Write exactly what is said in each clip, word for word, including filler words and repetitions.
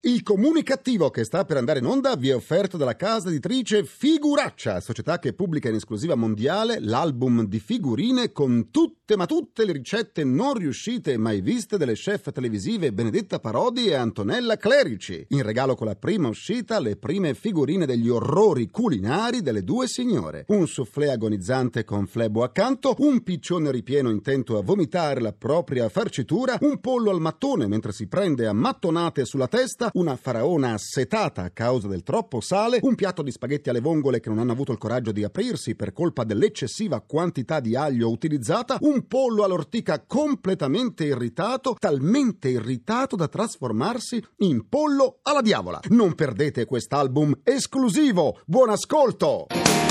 Il comunicativo che sta per andare in onda vi è offerto dalla casa editrice Figuraccia, società che pubblica in esclusiva mondiale l'album di figurine con tutte ma tutte le ricette non riuscite e mai viste delle chef televisive Benedetta Parodi e Antonella Clerici. In regalo con la prima uscita le prime figurine degli orrori culinari delle due signore. Un soufflé agonizzante con flebo accanto, un piccione ripieno intento a vomitare la propria farcitura, un pollo al mattone mentre si prende a mattonate sulla testa, una faraona assetata a causa del troppo sale, un piatto di spaghetti alle vongole che non hanno avuto il coraggio di aprirsi per colpa dell'eccessiva quantità di aglio utilizzata, un pollo all'ortica completamente irritato, talmente irritato da trasformarsi in pollo alla diavola. Non perdete quest'album esclusivo. Buon ascolto!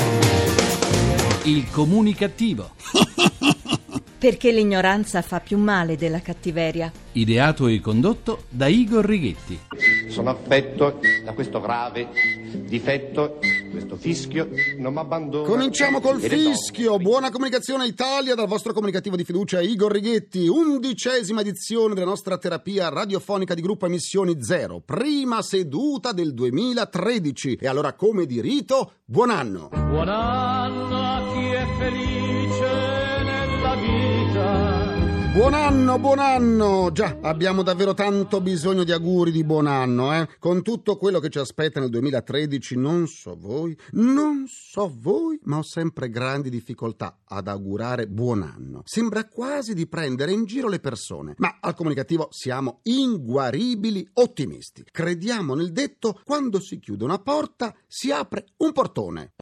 Il comunicativo. Perché l'ignoranza fa più male della cattiveria. Ideato e condotto da Igor Righetti. Sono affetto da questo grave difetto, questo fischio non mi abbandona. Cominciamo col fischio. Buona comunicazione Italia dal vostro comunicativo di fiducia Igor Righetti. Undicesima edizione della nostra terapia radiofonica di gruppo Emissioni Zero. Prima seduta del duemilatredici. E allora, come di rito, buon anno. Buon anno a chi è felice nella vita. Buon anno, buon anno! Già, abbiamo davvero tanto bisogno di auguri di buon anno, eh? Con tutto quello che ci aspetta nel duemilatredici, non so voi, non so voi, ma ho sempre grandi difficoltà ad augurare buon anno. Sembra quasi di prendere in giro le persone, ma al comunicativo siamo inguaribili ottimisti. Crediamo nel detto: quando si chiude una porta, si apre un portone.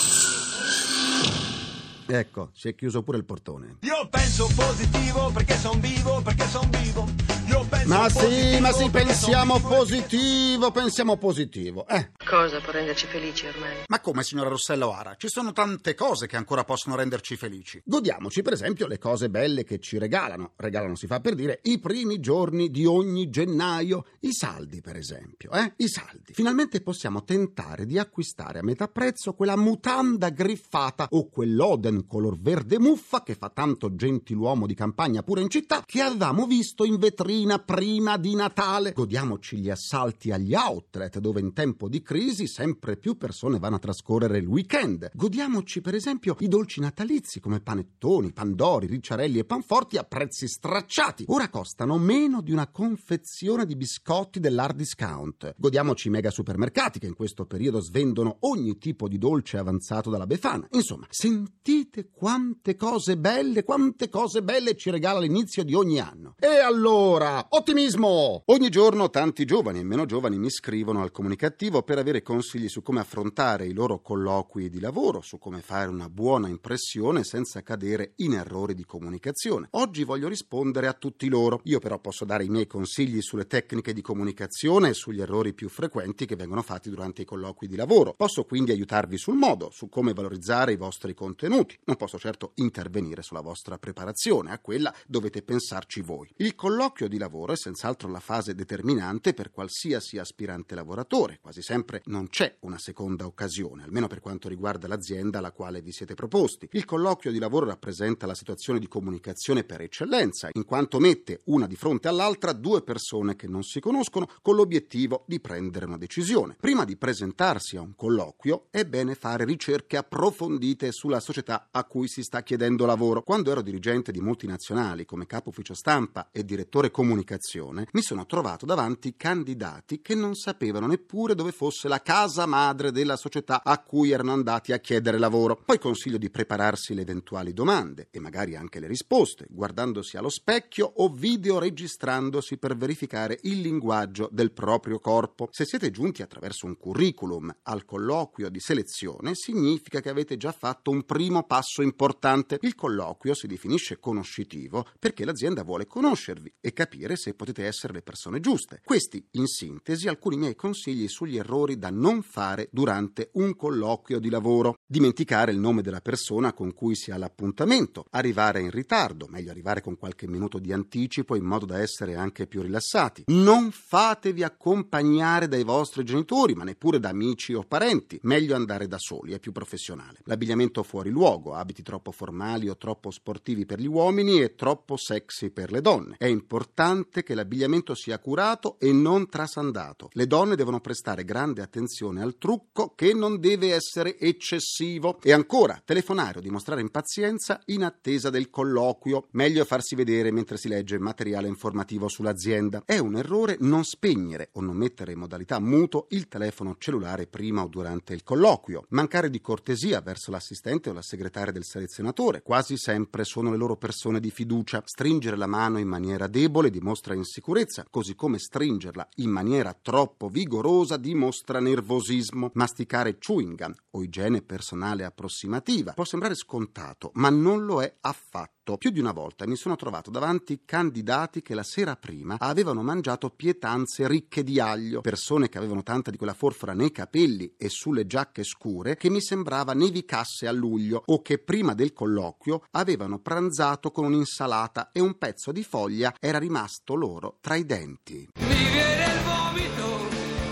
Ecco, si è chiuso pure il portone. Io penso positivo perché son vivo, perché son vivo. Io penso ma positivo, sì, ma sì, perché pensiamo son vivo. positivo, pensiamo positivo. Eh. Cosa può renderci felici ormai? Ma come, signora Rossella O'Hara? Ci sono tante cose che ancora possono renderci felici. Godiamoci, per esempio, le cose belle che ci regalano. Regalano si fa per dire i primi giorni di ogni gennaio. I saldi, per esempio, eh? I saldi. Finalmente possiamo tentare di acquistare a metà prezzo quella mutanda griffata o quell'Oden color verde muffa che fa tanto gentiluomo di campagna pure in città che avevamo visto in vetrina prima di Natale. Godiamoci gli assalti agli outlet dove in tempo di crisi sempre più persone vanno a trascorrere il weekend. Godiamoci per esempio i dolci natalizi come panettoni, pandori, ricciarelli e panforti a prezzi stracciati. Ora costano meno di una confezione di biscotti dell'hard discount. Godiamoci i mega supermercati che in questo periodo svendono ogni tipo di dolce avanzato dalla Befana. Insomma, sentite quante cose belle, quante cose belle ci regala l'inizio di ogni anno. E allora, ottimismo! Ogni giorno tanti giovani e meno giovani mi scrivono al comunicativo per avere consigli su come affrontare i loro colloqui di lavoro, su come fare una buona impressione senza cadere in errori di comunicazione. Oggi voglio rispondere a tutti loro. Io però posso dare i miei consigli sulle tecniche di comunicazione e sugli errori più frequenti che vengono fatti durante i colloqui di lavoro. Posso quindi aiutarvi sul modo, su come valorizzare i vostri contenuti. Non posso certo intervenire sulla vostra preparazione, a quella dovete pensarci voi. Il colloquio di lavoro è senz'altro la fase determinante per qualsiasi aspirante lavoratore. Quasi sempre non c'è una seconda occasione, almeno per quanto riguarda l'azienda alla quale vi siete proposti. Il colloquio di lavoro rappresenta la situazione di comunicazione per eccellenza, in quanto mette una di fronte all'altra due persone che non si conoscono con l'obiettivo di prendere una decisione. Prima di presentarsi a un colloquio è bene fare ricerche approfondite sulla società a cui si sta chiedendo lavoro. Quando ero dirigente di multinazionali come capo ufficio stampa e direttore comunicazione, mi sono trovato davanti candidati che non sapevano neppure dove fosse la casa madre della società a cui erano andati a chiedere lavoro. Poi consiglio di prepararsi le eventuali domande e magari anche le risposte, guardandosi allo specchio o videoregistrandosi per verificare il linguaggio del proprio corpo. Se siete giunti attraverso un curriculum al colloquio di selezione, significa che avete già fatto un primo passo importante. Il colloquio si definisce conoscitivo perché l'azienda vuole conoscervi e capire se potete essere le persone giuste. Questi, in sintesi, alcuni miei consigli sugli errori da non fare durante un colloquio di lavoro. Dimenticare il nome della persona con cui si ha l'appuntamento, arrivare in ritardo, meglio arrivare con qualche minuto di anticipo in modo da essere anche più rilassati. Non fatevi accompagnare dai vostri genitori, ma neppure da amici o parenti. Meglio andare da soli, è più professionale. L'abbigliamento fuori luogo, abiti troppo formali o troppo sportivi per gli uomini e troppo sexy per le donne. È importante importante che l'abbigliamento sia curato e non trasandato. Le donne devono prestare grande attenzione al trucco, che non deve essere eccessivo. E ancora, telefonare o dimostrare impazienza in attesa del colloquio. Meglio farsi vedere mentre si legge materiale informativo sull'azienda. È un errore non spegnere o non mettere in modalità muto il telefono cellulare prima o durante il colloquio. Mancare di cortesia verso l'assistente o la segretaria del selezionatore. Quasi sempre sono le loro persone di fiducia. Stringere la mano in maniera debole dimostra insicurezza, così come stringerla in maniera troppo vigorosa dimostra nervosismo. Masticare chewing gum o igiene personale approssimativa può sembrare scontato, ma non lo è affatto. Più di una volta mi sono trovato davanti candidati che la sera prima avevano mangiato pietanze ricche di aglio, persone che avevano tanta di quella forfora nei capelli e sulle giacche scure che mi sembrava nevicasse a luglio, o che prima del colloquio avevano pranzato con un'insalata e un pezzo di foglia era rimasto loro tra i denti. Mi viene il vomito,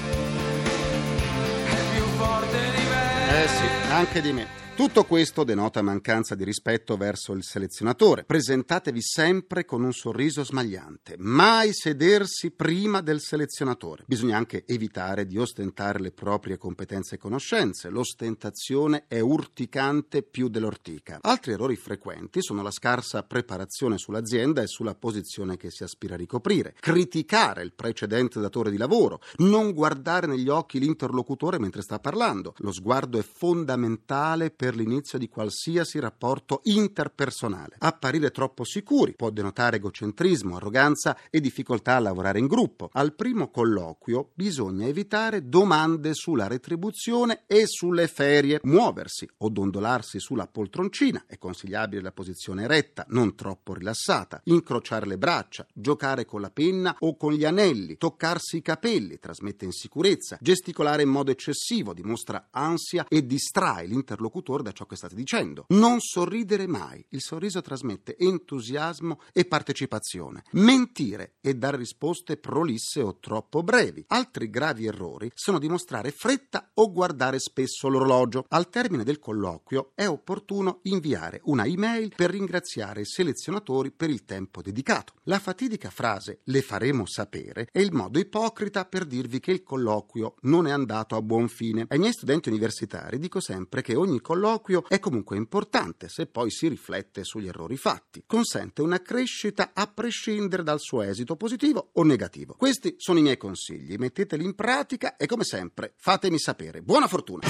è più forte di me. Eh sì, anche di me. Tutto questo denota mancanza di rispetto verso il selezionatore. Presentatevi sempre con un sorriso smagliante. Mai sedersi prima del selezionatore. Bisogna anche evitare di ostentare le proprie competenze e conoscenze. L'ostentazione è urticante più dell'ortica. Altri errori frequenti sono la scarsa preparazione sull'azienda e sulla posizione che si aspira a ricoprire. Criticare il precedente datore di lavoro. Non guardare negli occhi l'interlocutore mentre sta parlando. Lo sguardo è fondamentale per per l'inizio di qualsiasi rapporto interpersonale. Apparire troppo sicuri può denotare egocentrismo, arroganza e difficoltà a lavorare in gruppo. Al primo colloquio bisogna evitare domande sulla retribuzione e sulle ferie. Muoversi o dondolarsi sulla poltroncina è consigliabile la posizione eretta, non troppo rilassata. Incrociare le braccia, giocare con la penna o con gli anelli, toccarsi i capelli trasmette insicurezza. Gesticolare in modo eccessivo dimostra ansia e distrae l'interlocutore da ciò che state dicendo. Non sorridere mai. Il sorriso trasmette entusiasmo e partecipazione. Mentire e dare risposte prolisse o troppo brevi. Altri gravi errori sono dimostrare fretta o guardare spesso l'orologio. Al termine del colloquio è opportuno inviare una email per ringraziare i selezionatori per il tempo dedicato. La fatidica frase "le faremo sapere" è il modo ipocrita per dirvi che il colloquio non è andato a buon fine. Ai miei studenti universitari dico sempre che ogni colloquio è comunque importante se poi si riflette sugli errori fatti. Consente una crescita a prescindere dal suo esito positivo o negativo. Questi sono i miei consigli, metteteli in pratica e come sempre fatemi sapere. Buona fortuna!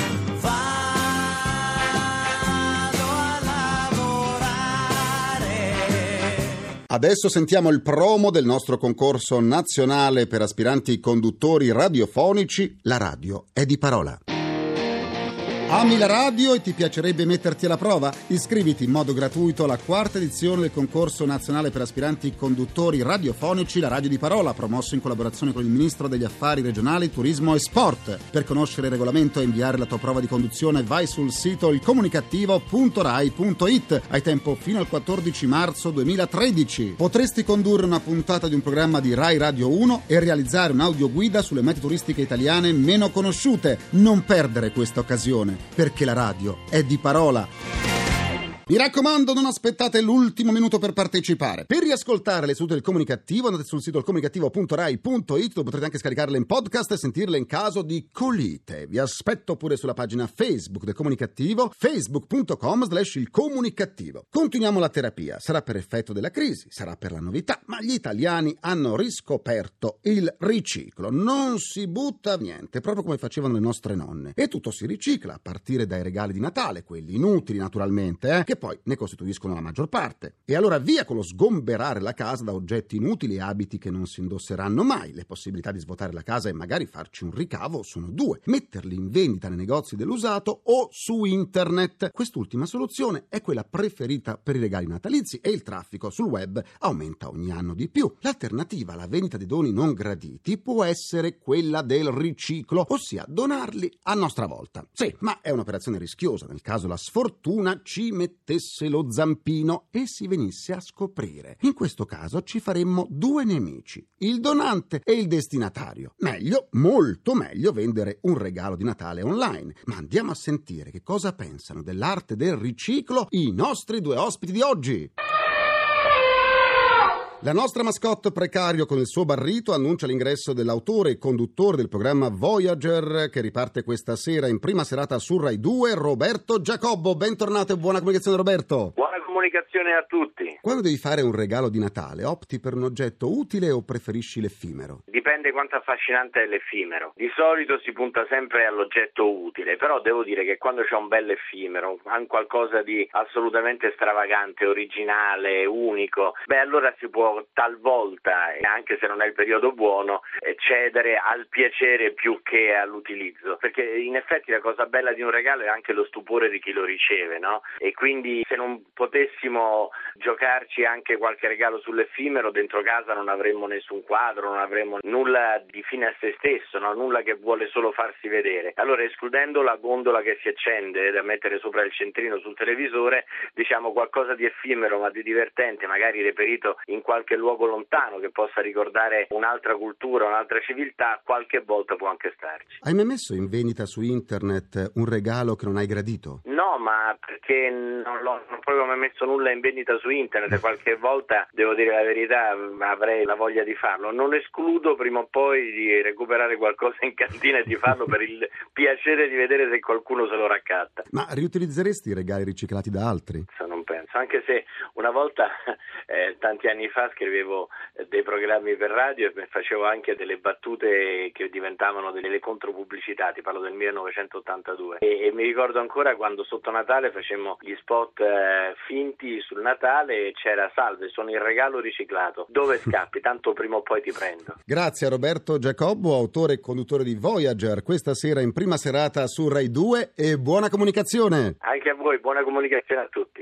Adesso sentiamo il promo del nostro concorso nazionale per aspiranti conduttori radiofonici. La radio è di parola. Ami la radio e ti piacerebbe metterti alla prova? Iscriviti in modo gratuito alla quarta edizione del concorso nazionale per aspiranti conduttori radiofonici La Radio di Parola, promosso in collaborazione con il Ministro degli Affari Regionali, Turismo e Sport. Per conoscere il regolamento e inviare la tua prova di conduzione vai sul sito ilcomunicativo punto rai punto it. Hai tempo fino al quattordici marzo duemilatredici. Potresti condurre una puntata di un programma di Rai Radio uno e realizzare un'audioguida sulle mete turistiche italiane meno conosciute. Non perdere questa occasione, perché la radio è di parola. Mi raccomando, non aspettate l'ultimo minuto per partecipare. Per riascoltare le sedute del Comunicativo andate sul sito ilcomunicativo punto rai punto it, dove potrete anche scaricarle in podcast e sentirle in caso di colite. Vi aspetto pure sulla pagina Facebook del Comunicativo, facebook punto com slash il comunicativo. Continuiamo la terapia. Sarà per effetto della crisi, sarà per la novità, ma gli italiani hanno riscoperto il riciclo. Non si butta niente, proprio come facevano le nostre nonne. E tutto si ricicla, a partire dai regali di Natale, quelli inutili naturalmente, eh, che poi ne costituiscono la maggior parte. E allora via con lo sgomberare la casa da oggetti inutili e abiti che non si indosseranno mai. Le possibilità di svuotare la casa e magari farci un ricavo sono due: metterli in vendita nei negozi dell'usato o su internet. Quest'ultima soluzione è quella preferita per i regali natalizi e il traffico sul web aumenta ogni anno di più. L'alternativa alla vendita di doni non graditi può essere quella del riciclo, ossia donarli a nostra volta. Sì, ma è un'operazione rischiosa nel caso la sfortuna ci mette lo zampino e si venisse a scoprire. In questo caso ci faremmo due nemici, il donante e il destinatario. Meglio, molto meglio vendere un regalo di Natale online. Ma andiamo a sentire che cosa pensano dell'arte del riciclo i nostri due ospiti di oggi. La nostra mascotte precario con il suo barrito annuncia l'ingresso dell'autore e conduttore del programma Voyager che riparte questa sera in prima serata su Rai due, Roberto Giacobbo. Bentornato e buona comunicazione, Roberto. Buona comunicazione a tutti. Quando devi fare un regalo di Natale, opti per un oggetto utile o preferisci l'effimero? Dipende quanto affascinante è l'effimero. Di solito si punta sempre all'oggetto utile, però devo dire che quando c'è un bel effimero, un qualcosa di assolutamente stravagante, originale, unico, beh allora si può talvolta, anche se non è il periodo buono, cedere al piacere più che all'utilizzo, perché in effetti la cosa bella di un regalo è anche lo stupore di chi lo riceve, no? E quindi se non potessimo giocarci anche qualche regalo sull'effimero, dentro casa non avremmo nessun quadro, non avremmo nulla di fine a se stesso, no? Nulla che vuole solo farsi vedere. Allora, escludendo la gondola che si accende da mettere sopra il centrino sul televisore, diciamo qualcosa di effimero ma di divertente, magari reperito in qualche luogo lontano che possa ricordare un'altra cultura, un'altra civiltà, qualche volta può anche starci. Hai mai messo in vendita su internet un regalo che non hai gradito? No, ma perché non l'ho non proprio mai messo nulla in vendita su internet. Qualche volta, devo dire la verità, avrei la voglia di farlo. Non escludo prima o poi di recuperare qualcosa in cantina e di farlo per il piacere di vedere se qualcuno se lo raccatta. Ma riutilizzeresti i regali riciclati da altri? Non penso, anche se una volta eh, tanti anni fa scrivevo dei programmi per radio e facevo anche delle battute che diventavano delle contropubblicità, ti parlo del millenovecentottantadue, e, e mi ricordo ancora quando sotto Natale facemmo gli spot eh, finti sul Natale e c'era salve, sono il regalo riciclato, dove scappi, tanto prima o poi ti prendo. Grazie a Roberto Giacobbo, autore e conduttore di Voyager, questa sera in prima serata su Rai due, e buona comunicazione. Anche a voi, buona comunicazione a tutti.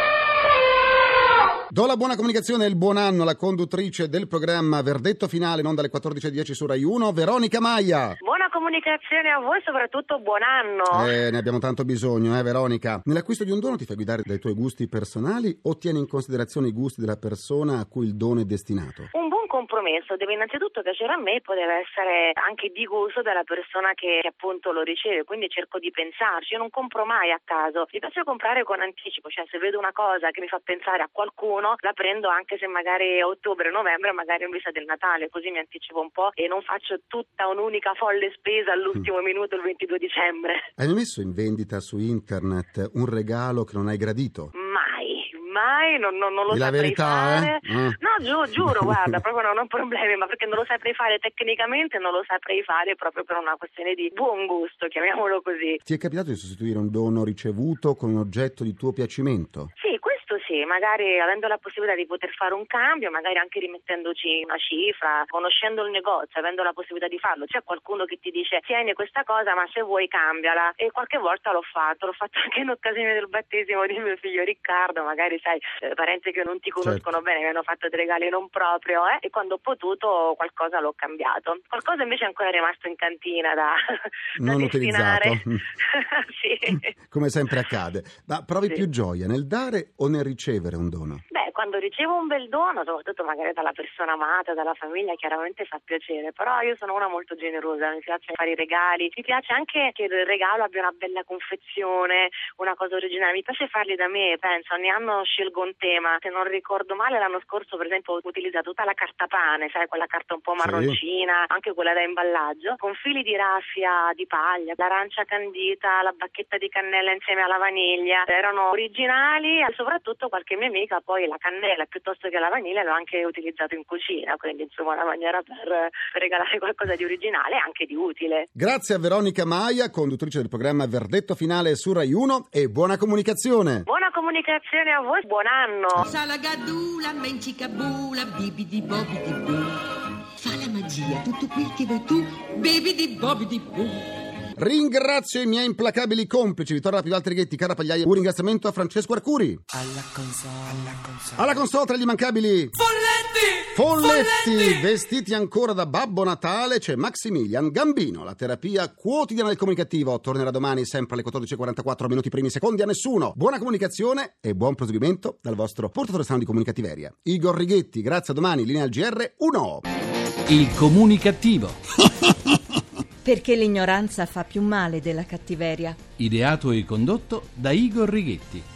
Do la buona comunicazione e il buon anno alla conduttrice del programma Verdetto Finale, non dalle quattordici e dieci su Rai uno, Veronica Maia. Buona comunicazione a voi, soprattutto buon anno. Eh, ne abbiamo tanto bisogno, eh Veronica. Nell'acquisto di un dono ti fai guidare dai tuoi gusti personali o tieni in considerazione i gusti della persona a cui il dono è destinato? Un buon compromesso deve innanzitutto piacere a me, poi deve essere anche di gusto della persona che, che appunto lo riceve, quindi cerco di pensarci, io non compro mai a caso, mi piace comprare con anticipo, cioè se vedo una cosa che mi fa pensare a qualcuno la prendo anche se magari è ottobre, novembre, magari in vista del Natale, così mi anticipo un po' e non faccio tutta un'unica folle spesa all'ultimo mm. minuto il ventidue dicembre. Hai mai messo in vendita su internet un regalo che non hai gradito? Mai, mai, non, non, non lo Di la saprei verità, fare. Eh? Mm. No, giuro, giuro, guarda, proprio non ho problemi, ma perché non lo saprei fare tecnicamente, non lo saprei fare proprio per una questione di buon gusto, chiamiamolo così. Ti è capitato di sostituire un dono ricevuto con un oggetto di tuo piacimento? Sì, questo sì, magari avendo la possibilità di poter fare un cambio, magari anche rimettendoci una cifra, conoscendo il negozio, avendo la possibilità di farlo. C'è qualcuno che ti dice tieni questa cosa ma se vuoi cambiala, e qualche volta l'ho fatto, l'ho fatto anche in occasione del battesimo di mio figlio Riccardo, magari sai, eh, parenti che non ti conoscono certo. bene, mi hanno fatto dei regali non proprio, eh, e quando ho potuto qualcosa l'ho cambiato. Qualcosa invece è ancora rimasto in cantina da, da non destinare. utilizzato. Sì. Come sempre accade. Ma provi Sì. più gioia nel dare o nel ricevere un dono? Beh, quando ricevo un bel dono, soprattutto magari dalla persona amata, dalla famiglia, chiaramente fa piacere, però io sono una molto generosa, mi piace fare i regali, mi piace anche che il regalo abbia una bella confezione, una cosa originale, mi piace farli da me, penso, ogni anno scelgo un tema, se non ricordo male l'anno scorso per esempio ho utilizzato tutta la carta pane, sai, quella carta un po' marroncina, sì. Anche quella da imballaggio, con fili di raffia di paglia, l'arancia candita, la bacchetta di cannella insieme alla vaniglia, erano originali e soprattutto qualche mia amica poi la cannella piuttosto che la vaniglia l'ho anche utilizzato in cucina, quindi insomma una maniera per regalare qualcosa di originale e anche di utile. Grazie a Veronica Maia, conduttrice del programma Verdetto Finale su Rai uno, e buona comunicazione. Buona comunicazione a voi, buon anno. Salagadula, mencicabula, bibidi bobidi boo. Fa la magia, tutto quel che vuoi tu, bibidi bobidi boo. Ringrazio i miei implacabili complici Vittorio Rapidal Trighetti, Cara Pagliaia. Un ringraziamento a Francesco Arcuri. Alla console, alla console. Alla console tra gli immancabili Folletti! Folletti! Folletti! Vestiti ancora da Babbo Natale c'è Maximilian Gambino. La terapia quotidiana del comunicativo tornerà domani sempre alle quattordici e quarantaquattro, minuti primi secondi a nessuno. Buona comunicazione e buon proseguimento dal vostro portatore strano di comunicativeria, Igor Righetti. Grazie, a domani, linea al G R uno. Il comunicativo. Perché l'ignoranza fa più male della cattiveria. Ideato e condotto da Igor Righetti.